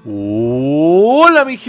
Hola mi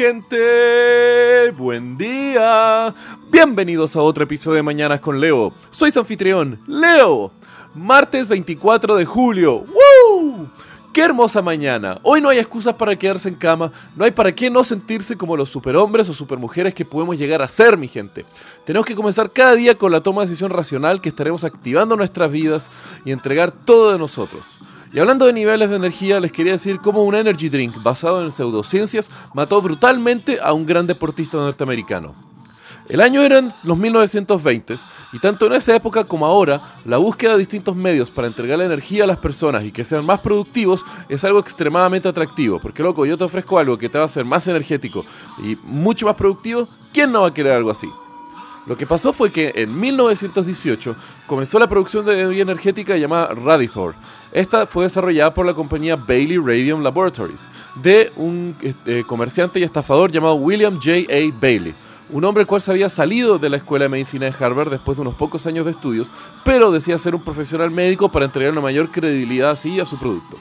gente, buen día, bienvenidos a otro episodio de Mañanas con Leo. Soy su anfitrión, Leo. Martes 24 de julio, ¡woo! ¡Qué hermosa mañana! Hoy no hay excusas para quedarse en cama, no hay para qué no sentirse como los superhombres o supermujeres que podemos llegar a ser, mi gente. Tenemos que comenzar cada día con la toma de decisión racional que estaremos activando nuestras vidas y entregar todo de nosotros. Y hablando de niveles de energía, les quería decir cómo un energy drink basado en pseudociencias mató brutalmente a un gran deportista norteamericano. El año eran los 1920s, y tanto en esa época como ahora, la búsqueda de distintos medios para entregar energía a las personas y que sean más productivos es algo extremadamente atractivo. Porque loco, yo te ofrezco algo que te va a hacer más energético y mucho más productivo, ¿quién no va a querer algo así? Lo que pasó fue que en 1918 comenzó la producción de energía energética llamada Radithor. Esta fue desarrollada por la compañía Bailey Radium Laboratories, de un comerciante y estafador llamado William J.A. Bailey. Un hombre el cual se había salido de la escuela de medicina de Harvard después de unos pocos años de estudios, pero decía ser un profesional médico para entregar una mayor credibilidad así a su producto.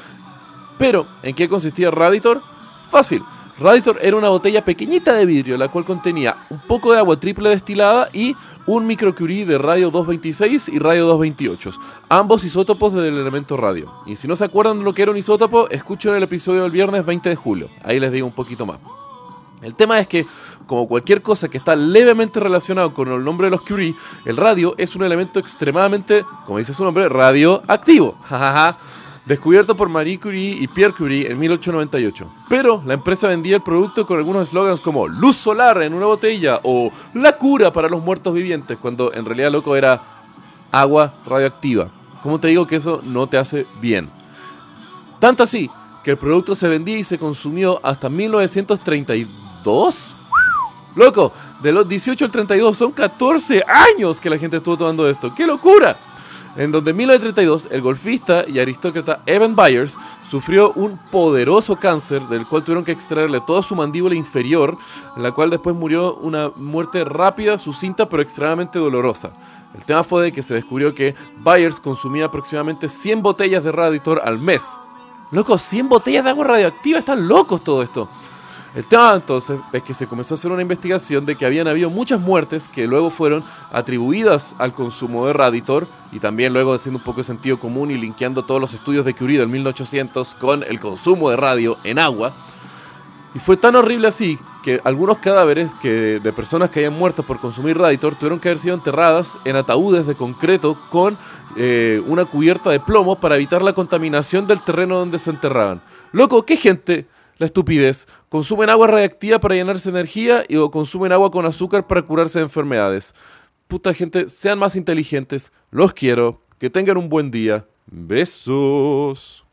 Pero, ¿en qué consistía Radithor? Fácil. Radithor era una botella pequeñita de vidrio, la cual contenía un poco de agua triple destilada y un microcurie de radio 226 y radio 228, ambos isótopos del elemento radio. Y si no se acuerdan de lo que era un isótopo, escuchen el episodio del viernes 20 de julio, ahí les digo un poquito más. El tema es que, como cualquier cosa que está levemente relacionado con el nombre de los Curie, el radio es un elemento extremadamente, como dice su nombre, radioactivo. Jajaja. Descubierto por Marie Curie y Pierre Curie en 1898. Pero la empresa vendía el producto con algunos eslogans como luz solar en una botella o la cura para los muertos vivientes, cuando en realidad, loco, era agua radioactiva. ¿Cómo te digo que eso no te hace bien? Tanto así que el producto se vendía y se consumió hasta 1932. Loco, de los 18 al 32 son 14 años que la gente estuvo tomando esto. ¡Qué locura! En donde en 1932 el golfista y aristócrata Evan Byers sufrió un poderoso cáncer del cual tuvieron que extraerle toda su mandíbula inferior, en la cual después murió una muerte rápida, sucinta pero extremadamente dolorosa. El tema fue de que se descubrió que Byers consumía aproximadamente 100 botellas de Radithor al mes. Loco, 100 botellas de agua radioactiva, están locos todo esto. El tema entonces es que se comenzó a hacer una investigación de que habían habido muchas muertes que luego fueron atribuidas al consumo de Radithor, y también luego haciendo un poco de sentido común y linkeando todos los estudios de Curie del 1800 con el consumo de radio en agua. Y fue tan horrible así que algunos cadáveres de personas que habían muerto por consumir Radithor tuvieron que haber sido enterradas en ataúdes de concreto con una cubierta de plomo para evitar la contaminación del terreno donde se enterraban. Loco, ¿qué gente? La estupidez. Consumen agua radiactiva para llenarse de energía o consumen agua con azúcar para curarse de enfermedades. Puta gente, sean más inteligentes. Los quiero. Que tengan un buen día. Besos.